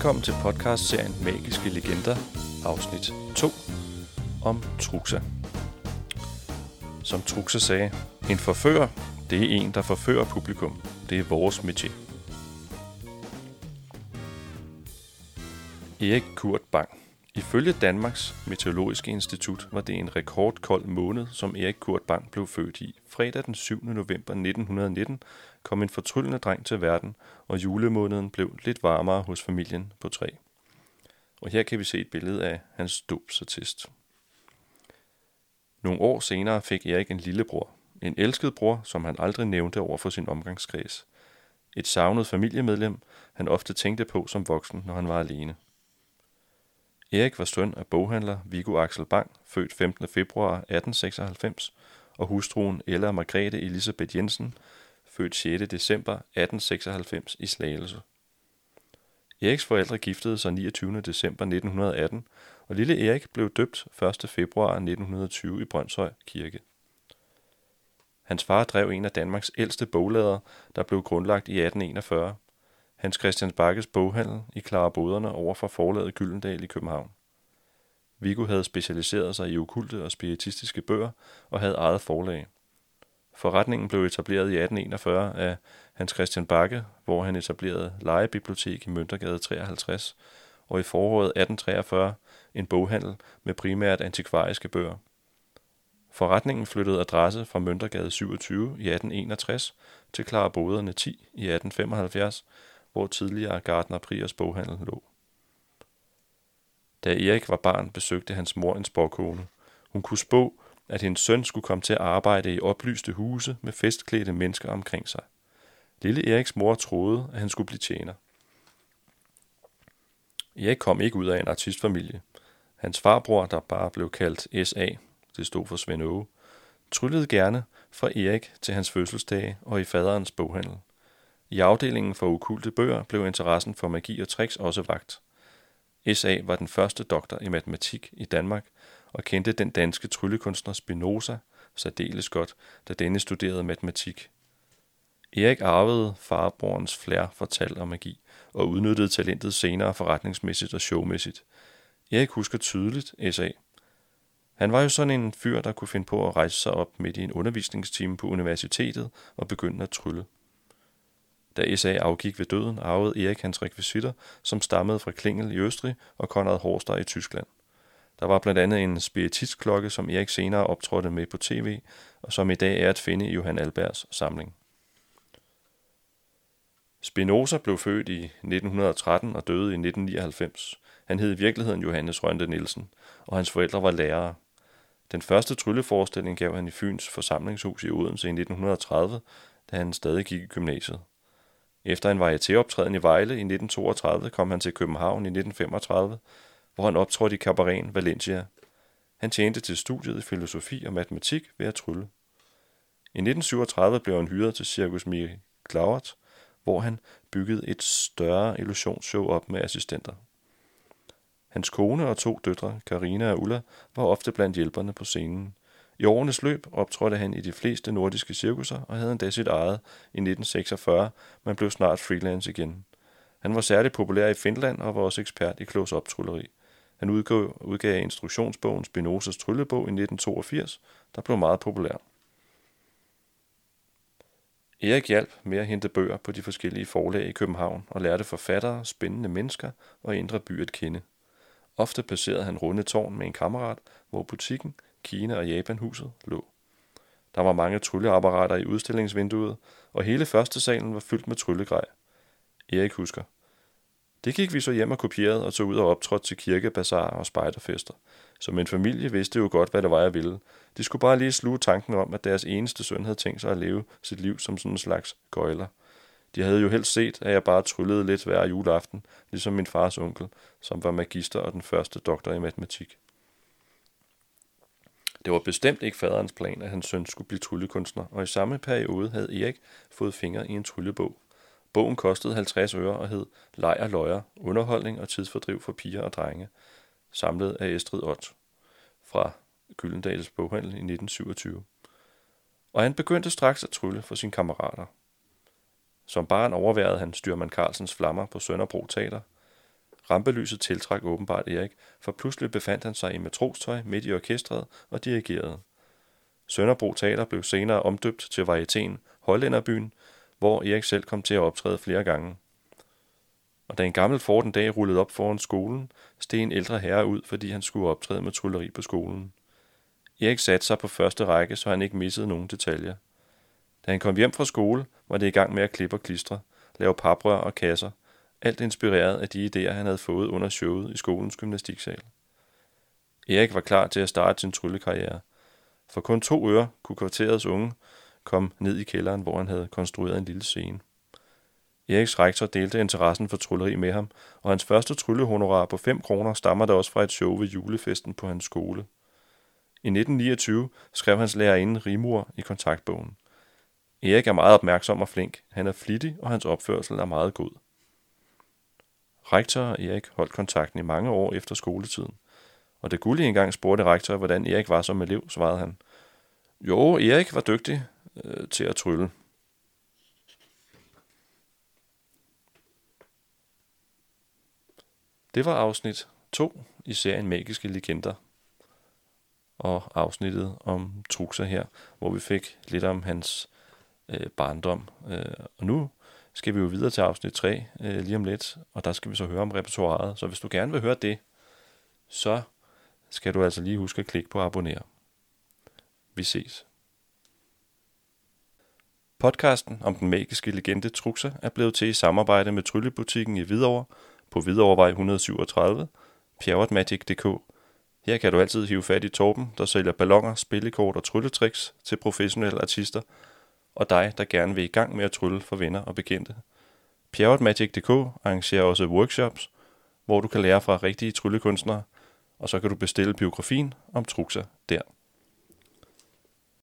Velkommen til podcastserien Magiske Legender, afsnit 2 om Truxa. Som Truxa sagde, en forfører, det er en, der forfører publikum. Det er vores métier. Erik Kurt Bang. Ifølge Danmarks Meteorologiske Institut var det en rekordkold måned, som Erik Kurt Bang blev født i. Fredag den 7. november 1919 kom en fortryllende dreng til verden, og julemåneden blev lidt varmere hos familien på 3. Og her kan vi se et billede af hans dåbsattest. Nogle år senere fik Erik en lillebror. En elsket bror, som han aldrig nævnte over for sin omgangskreds. Et savnet familiemedlem, han ofte tænkte på som voksen, når han var alene. Erik var søn af boghandler Viggo Axel Bang, født 15. februar 1896, og hustruen Ella Margrethe Elisabeth Jensen, født 6. december 1896 i Slagelse. Eriks forældre giftede sig 29. december 1918, og lille Erik blev døbt 1. februar 1920 i Brønshøj Kirke. Hans far drev en af Danmarks ældste bogladere, der blev grundlagt i 1841. Hans Christian Bakkes boghandel i Klareboderne over for forlaget Gyldendal i København. Viggo havde specialiseret sig i okkulte og spiritistiske bøger og havde eget forlag. Forretningen blev etableret i 1841 af Hans Christian Bakke, hvor han etablerede lejebibliotek i Møntergade 53, og i foråret 1843 en boghandel med primært antikvariske bøger. Forretningen flyttede adresse fra Møntergade 27 i 1861 til Klareboderne 10 i 1875, hvor tidligere Gardner Priers boghandel lå. Da Erik var barn, besøgte hans mor en spåkone. Hun kunne spå, at hendes søn skulle komme til at arbejde i oplyste huse med festklædte mennesker omkring sig. Lille Eriks mor troede, at han skulle blive tjener. Erik kom ikke ud af en artistfamilie. Hans farbror, der bare blev kaldt S.A., det stod for Svend Åge, tryllede gerne fra Erik til hans fødselsdage og i faderens boghandel. I afdelingen for okkulte bøger blev interessen for magi og tricks også vakt. S.A. var den første doktor i matematik i Danmark og kendte den danske tryllekunstner Spinoza særdeles godt, da denne studerede matematik. Erik arvede farbrorens flair for tal og magi og udnyttede talentet senere forretningsmæssigt og showmæssigt. Erik husker tydeligt S.A. Han var jo sådan en fyr, der kunne finde på at rejse sig op midt i en undervisningstime på universitetet og begynde at trylle. Da S.A. afgik ved døden, arvede Erik hans rekvisitter, som stammede fra Klingel i Østrig og Konrad Horster i Tyskland. Der var blandt andet en spiritistklokke, som Erik senere optrådte med på tv, og som i dag er at finde i Johan Albergs samling. Spinoza blev født i 1913 og døde i 1999. Han hed i virkeligheden Johannes Rønde Nielsen, og hans forældre var lærere. Den første trylleforestilling gav han i Fyns forsamlingshus i Odense i 1930, da han stadig gik i gymnasiet. Efter en varietéoptræden i Vejle i 1932 kom han til København i 1935, hvor han optrådte i kabareten Valentia. Han tjente til studiet i filosofi og matematik ved at trylle. I 1937 blev han hyret til Cirkus Mie Clauert, hvor han byggede et større illusionsshow op med assistenter. Hans kone og 2 døtre, Karina og Ulla, var ofte blandt hjælperne på scenen. I årenes løb optrådte han i de fleste nordiske cirkusser og havde endda sit eget i 1946, men blev snart freelance igen. Han var særligt populær i Finland og var også ekspert i close-up trylleri. Han udgav instruktionsbogen Spinozas Tryllebog i 1982, der blev meget populær. Erik hjalp med at hente bøger på de forskellige forlag i København og lærte forfattere, spændende mennesker og indre by at kende. Ofte passerede han runde tårn med en kammerat, hvor butikken, Kina og Japanhuset lå. Der var mange trylleapparater i udstillingsvinduet, og hele første salen var fyldt med tryllegrej. Erik husker: det gik vi så hjem og kopierede og tog ud og optrådte til kirkebazaar og spejderfester. Som en familie vidste jo godt, hvad det var, jeg ville. De skulle bare lige sluge tanken om, at deres eneste søn havde tænkt sig at leve sit liv som sådan en slags gøjler. De havde jo helst set, at jeg bare tryllede lidt hver juleaften, ligesom min fars onkel, som var magister og den første doktor i matematik. Det var bestemt ikke faderens plan, at hans søn skulle blive tryllekunstner, og i samme periode havde Erik fået fingre i en tryllebog. Bogen kostede 50 øre og hed Leg og løjer, underholdning og tidsfordriv for piger og drenge, samlet af Estrid Ott fra Gyldendals boghandel i 1927. Og han begyndte straks at trylle for sine kammerater. Som barn overværede han styrmand Carlsens flammer på Sønderbro Teater, Rampelyset tiltrak åbenbart Erik, for pludselig befandt han sig i matrostøj midt i orkestret og dirigerede. Sønderbro Teater blev senere omdøbt til varietéen Hollænderbyen, hvor Erik selv kom til at optræde flere gange. Og da en gammel Ford en dag rullede op foran skolen, steg en ældre herre ud, fordi han skulle optræde med trylleri på skolen. Erik satte sig på første række, så han ikke missede nogen detaljer. Da han kom hjem fra skole, var det i gang med at klippe og klistre, lave paprør og kasser, alt inspireret af de idéer, han havde fået under showet i skolens gymnastiksal. Erik var klar til at starte sin tryllekarriere. For kun 2 øre kunne kvarterets unge komme ned i kælderen, hvor han havde konstrueret en lille scene. Eriks rektor delte interessen for trylleri med ham, og hans første tryllehonorar på 5 kroner stammer da også fra et show ved julefesten på hans skole. I 1929 skrev hans lærerinde Rimur i kontaktbogen. Erik er meget opmærksom og flink, han er flittig, og hans opførsel er meget god. Rektor og Erik holdt kontakten i mange år efter skoletiden, og da Gulli engang spurgte rektor, hvordan Erik var som elev, svarede han: Jo, Erik var dygtig til at trylle. Det var afsnit 2 i serien Magiske Legender, og afsnittet om Truxa her, hvor vi fik lidt om hans barndom. Og nu skal vi jo videre til afsnit 3 lige om lidt, og der skal vi så høre om repertoiret. Så hvis du gerne vil høre det, så skal du altså lige huske at klikke på abonner. Vi ses. Podcasten om den magiske legende Truxa er blevet til i samarbejde med Tryllebutikken i Hvidovre på Hvidovrevej 137, pjerrotmagic.dk. Her kan du altid hive fat i Torben, der sælger balloner, spillekort og trylletricks til professionelle artister, og dig, der gerne vil i gang med at trylle for venner og bekendte. Pjerrotmagic.dk arrangerer også workshops, hvor du kan lære fra rigtige tryllekunstnere, og så kan du bestille biografien om Truxa der.